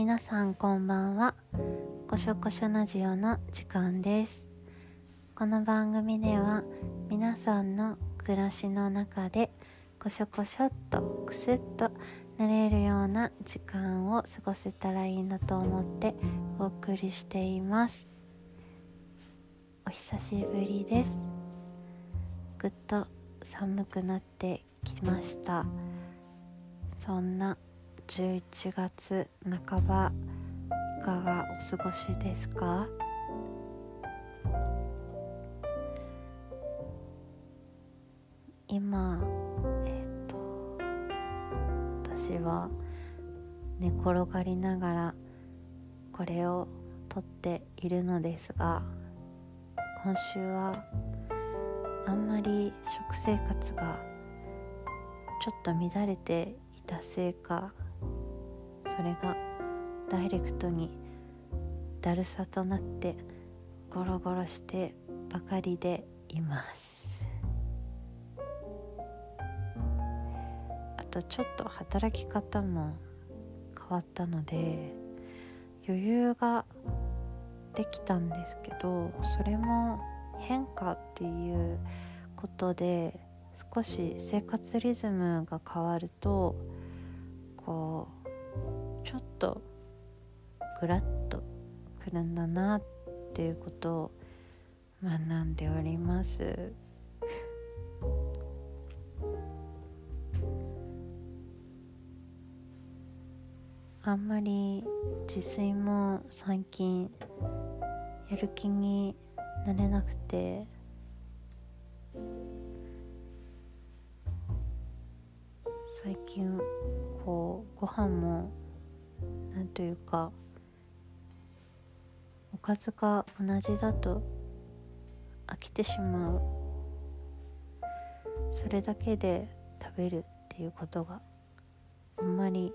皆さんこんばんは。こしょこしょラジオの時間です。この番組では皆さんの暮らしの中でこしょこしょっとくすっとなれるような時間を過ごせたらいいなと思ってお送りしています。お久しぶりです。ぐっと寒くなってきました。そんな11月半ば、いかがお過ごしですか？今、私は寝転がりながらこれを撮っているのですが、今週はあんまり食生活がちょっと乱れていたせいか、それがダイレクトにだるさとなってゴロゴロしてばかりでいます。あとちょっと働き方も変わったので余裕ができたんですけど、それも変化っていうことで少し生活リズムが変わるとちょっとグラッとくるんだなっていうことを学んでおります。あんまり自炊も最近やる気になれなくて、最近ご飯もなんというかおかずが同じだと飽きてしまう。それだけで食べるっていうことがあんまり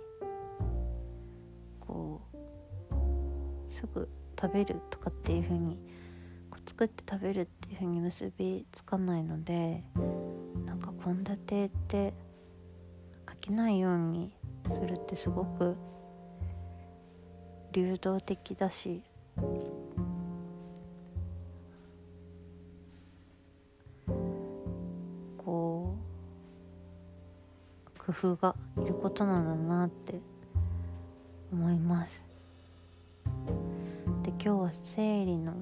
すぐ食べるとかっていう風に作って食べるっていう風に結びつかないので、なんか献立って飽きないようにするってすごく流動的だし、工夫がいることなんだなって思います。で、今日は生理の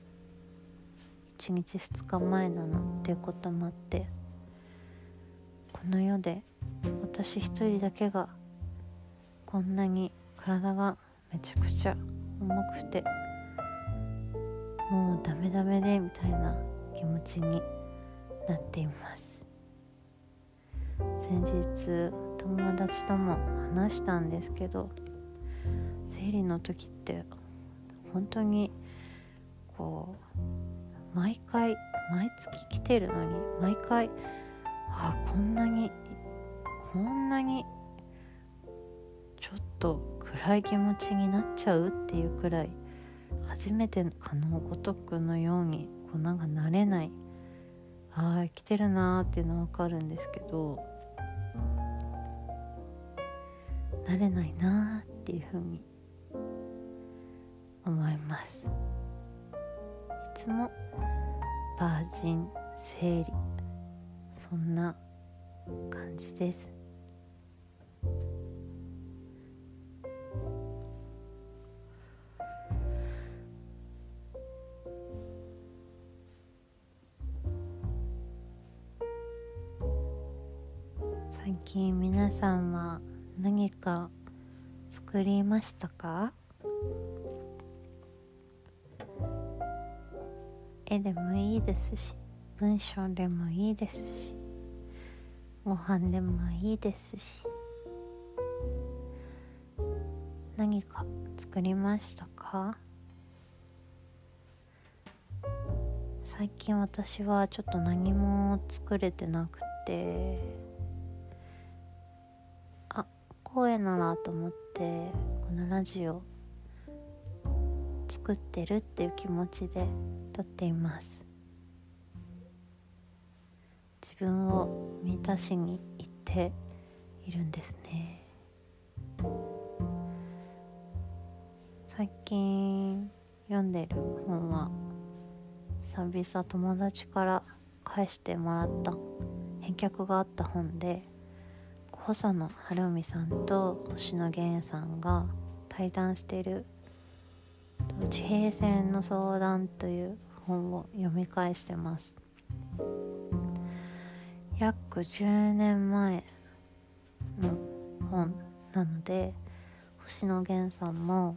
1日2日前なのっていうこともあって、この世で私一人だけがこんなに体がめちゃくちゃ重くてもうダメダメでみたいな気持ちになっています。先日友達とも話したんですけど、生理の時って本当に毎月来てるのに毎回こんなにちょっと暗い気持ちになっちゃうっていうくらい、初めてかのごとくのようになんか慣れない、来てるなーっていうのは分かるんですけど、慣れないなーっていうふうに思います。いつもバージン生理、そんな感じです。最近皆さんは何か作りましたか？絵でもいいですし、文章でもいいですし、ご飯でもいいですし、何か作りましたか？最近私はちょっと何も作れてなくて、声ならと思ってこのラジオ作ってるっていう気持ちで撮っています。自分を満たしに行っているんですね。 最近読んでる本は久々友達から返してもらった返却があった本で、細野晴臣さんと星野源さんが対談している地平線の相談という本を読み返してます。約10年前の本なので、星野源さんも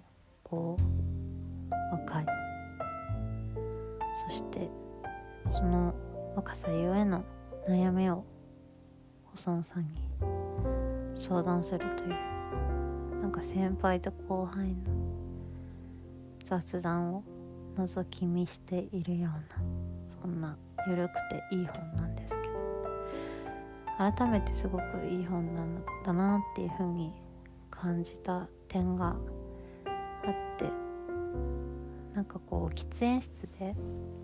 若い、そしてその若さゆえの悩みを細野さんに相談するという、先輩と後輩の雑談を覗き見しているような、そんな緩くていい本なんですけど、改めてすごくいい本なんだなっていう風に感じた点があって、喫煙室で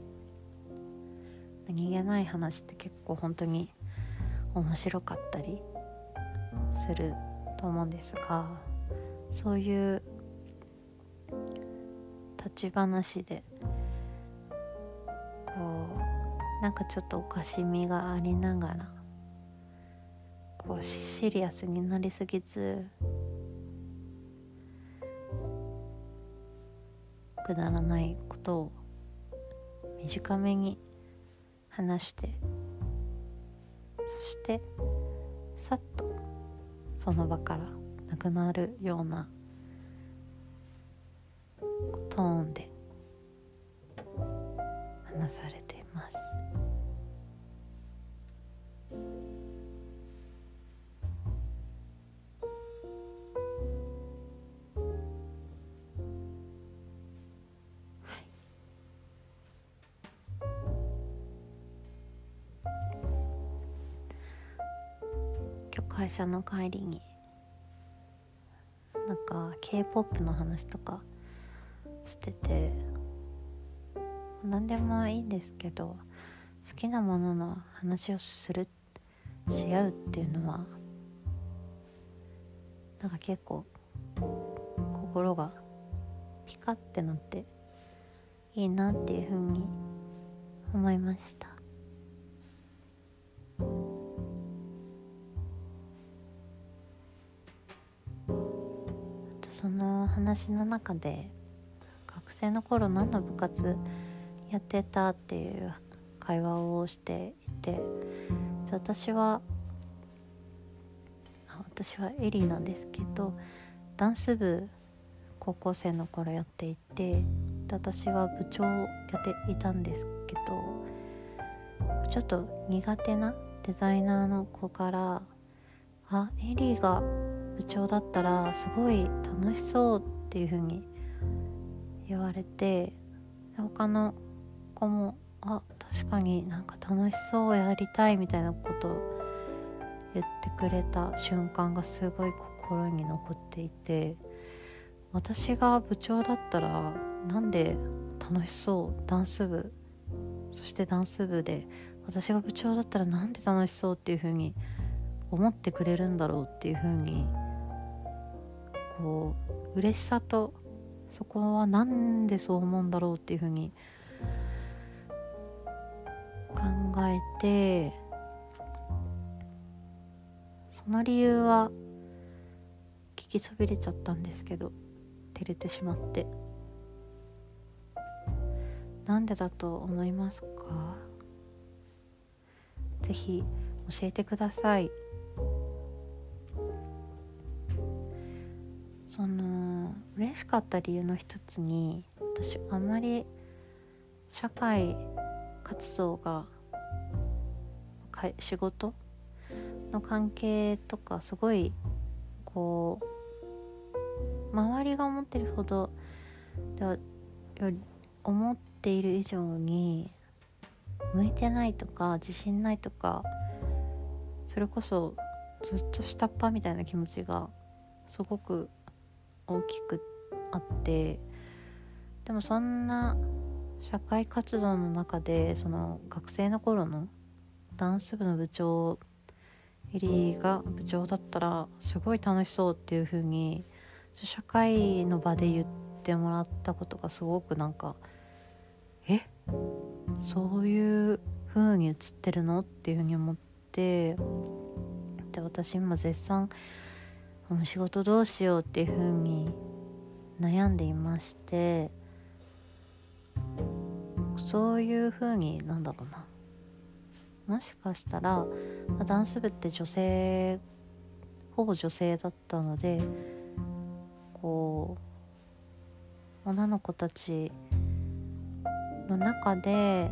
何気ない話って結構本当に面白かったりすると思うんですが、そういう立ち話でちょっとおかしみがありながらシリアスになりすぎず、くだらないことを短めに話して、そしてさっとその場からなくなるようなトーンで話されています。今日会社の帰りにK-POP の話とかしてて、何でもいいんですけど、好きなものの話をし合うっていうのは結構心がピカってなっていいなっていうふうに思いました。その話の中で、学生の頃何の部活やってたっていう会話をしていて、私はエリーなんですけど、ダンス部高校生の頃やっていて、私は部長をやっていたんですけど、ちょっと苦手なデザイナーの子から、エリーが部長だったらすごい楽しそうっていう風に言われて、他の子も確かに楽しそう、やりたいみたいなことを言ってくれた瞬間がすごい心に残っていて、私が部長だったらなんで楽しそう、ダンス部、そしてダンス部で私が部長だったらなんで楽しそうっていう風に思ってくれるんだろうっていう風に嬉しさと、そこはなんでそう思うんだろうっていう風に考えて、その理由は聞きそびれちゃったんですけど、照れてしまって。なんでだと思いますか？ぜひ教えてください。嬉しかった理由の一つに、私あまり社会活動が仕事の関係とかすごい周りが思ってるほど思っている以上に向いてないとか自信ないとか、それこそずっと下っ端みたいな気持ちがすごく大きくあって、でもそんな社会活動の中で、その学生の頃のダンス部の部長エリーが部長だったらすごい楽しそうっていう風に社会の場で言っってもらったことがすごくそういう風に映ってるのっていう風に思って、で私今絶賛仕事どうしようっていう風に悩んでいまして、そういう風にもしかしたらダンス部ってほぼ女性だったので、女の子たちの中で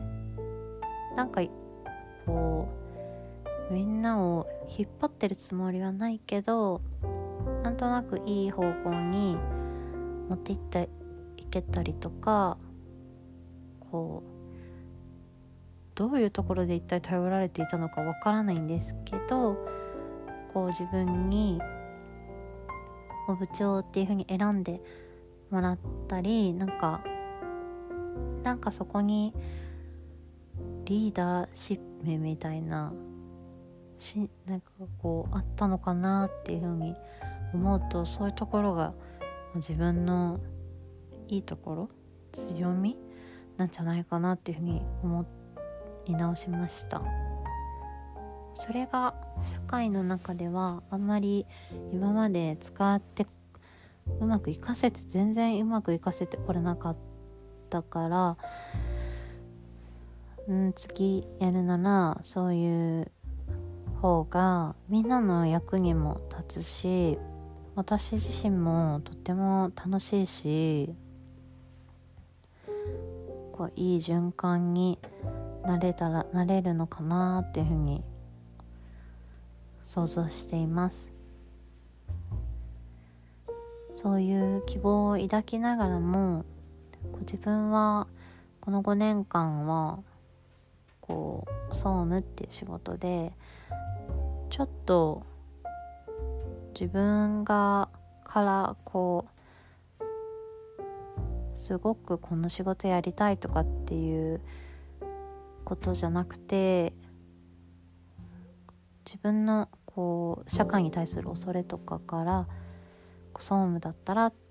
みんなを引っ張ってるつもりはないけど、なんとなくいい方向に持っていけたりとか、どういうところで一体頼られていたのかわからないんですけど、自分に部長っていう風に選んでもらったり、そこにリーダーシップみたいなあったのかなっていう風に思うと、そういうところが自分のいいところ、強みなんじゃないかなっていう風に思い直しました。それが社会の中ではあんまり今まで使って全然うまく活かせてこれなかったから、次やるならそういう方がみんなの役にも立つし、私自身もとっても楽しいし、いい循環になれるのかなっていうふうに想像しています。そういう希望を抱きながらも、自分はこの5年間は総務っていう仕事でちょっと自分からすごくこの仕事やりたいとかっていうことじゃなくて、自分の社会に対する恐れとかから、総務だったら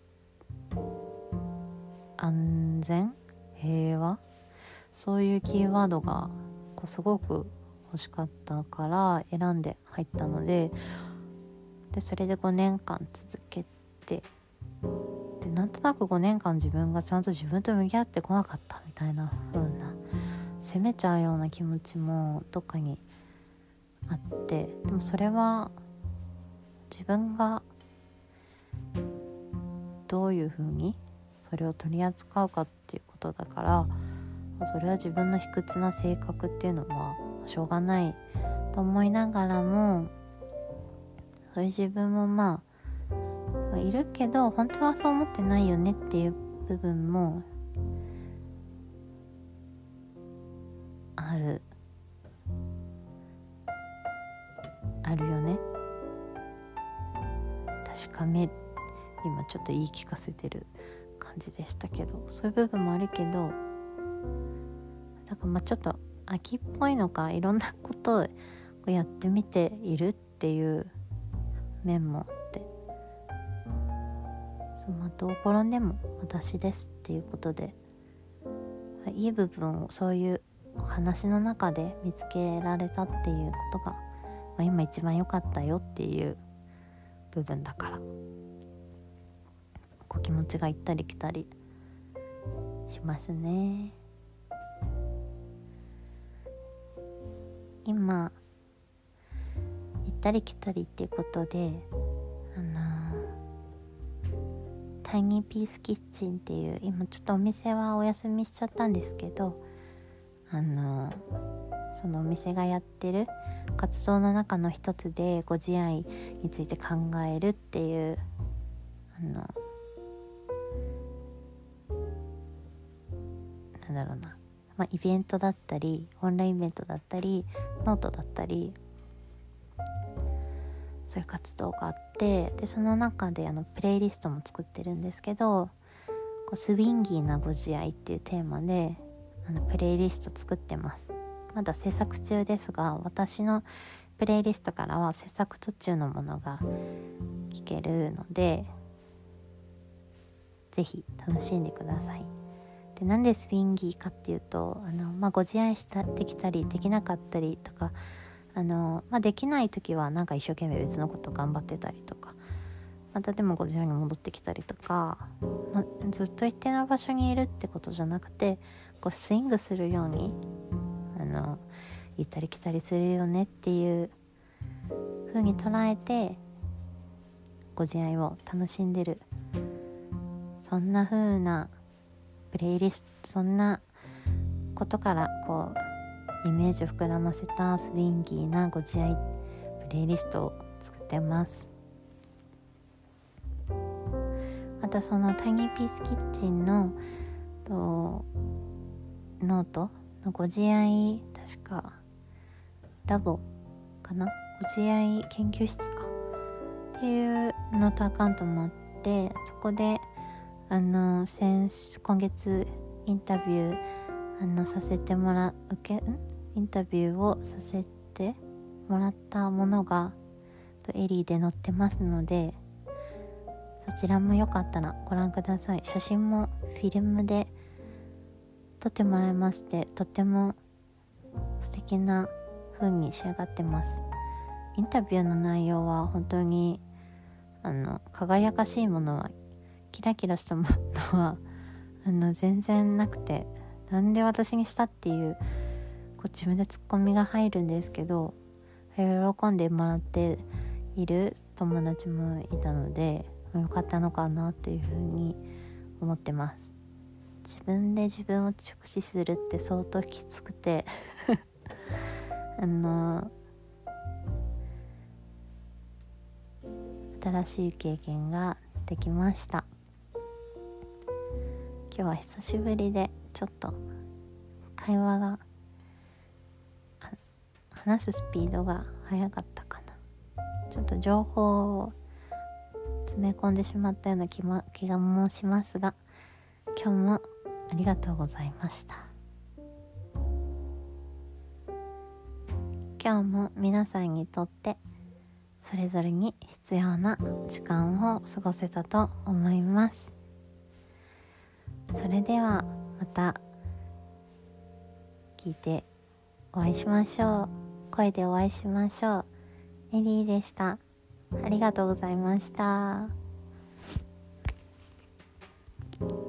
安全、平和、そういうキーワードがすごく欲しかったから選んで入ったので、それで5年間続けて、でなんとなく5年間自分がちゃんと自分と向き合ってこなかったみたいな風な責めちゃうような気持ちもどっかにあって、でもそれは自分がどういう風にそれを取り扱うかっていうことだから、それは自分の卑屈な性格っていうのはしょうがないと思いながらも、そういう自分もいるけど本当はそう思ってないよねっていう部分もあるよね。確かめ今ちょっと言い聞かせてる感じでしたけど、そういう部分もあるけど、ちょっと秋っぽいのか、いろんなことをやってみているっていう面もあって、どう転んでも私ですっていうことで、いい部分をそういう話の中で見つけられたっていうことが、今一番良かったよっていう部分だから、気持ちが行ったり来たりしますね。今行ったり来たりっていうことで、タイニーピースキッチンっていう今ちょっとお店はお休みしちゃったんですけど、そのお店がやってる活動の中の一つでご自愛について考えるっていうイベントだったりオンラインイベントだったりノートだったり、そういう活動があって、でその中でプレイリストも作ってるんですけど、スウィンギーなご自愛っていうテーマでプレイリスト作ってます。まだ制作中ですが、私のプレイリストからは制作途中のものが聞けるので、 ぜひ楽しんでください。で、なんでスウィンギーかっていうと、ご自愛できたりできなかったりとか、できない時はなんか一生懸命別のこと頑張ってたりとか、またでもご自愛に戻ってきたりとか、ずっと一定の場所にいるってことじゃなくて、こうスイングするように行ったり来たりするよねっていう風に捉えてご自愛を楽しんでる、そんな風なプレイリスト、そんなことからこうイメージを膨らませたスウィンギーなご自愛プレイリストを作ってます。またそのタイニーピースキッチンのノートのご自愛、確かラボかな、ご自愛研究室かっていうノートアカウントもあって、そこで今月インタビューさせてもらインタビューをさせてもらったものがエリーで載ってますので、そちらもよかったらご覧ください。写真もフィルムで撮ってもらいまして、とっても素敵な風に仕上がってます。インタビューの内容は本当に輝かしいものは、キラキラしたものは全然なくて、なんで私にしたっていう自分でツッコミが入るんですけど、喜んでもらっている友達もいたのでよかったのかなっていうふうに思ってます。自分で自分を直視するって相当きつくて新しい経験ができました。今日は久しぶりでちょっと会話が話すスピードが速かったかな。ちょっと情報を詰め込んでしまったような気がもしますが、今日もありがとうございました。今日も皆さんにとってそれぞれに必要な時間を過ごせたと思います。それではまた聞いてお会いしましょう。声でお会いしましょう。エリーでした。ありがとうございました。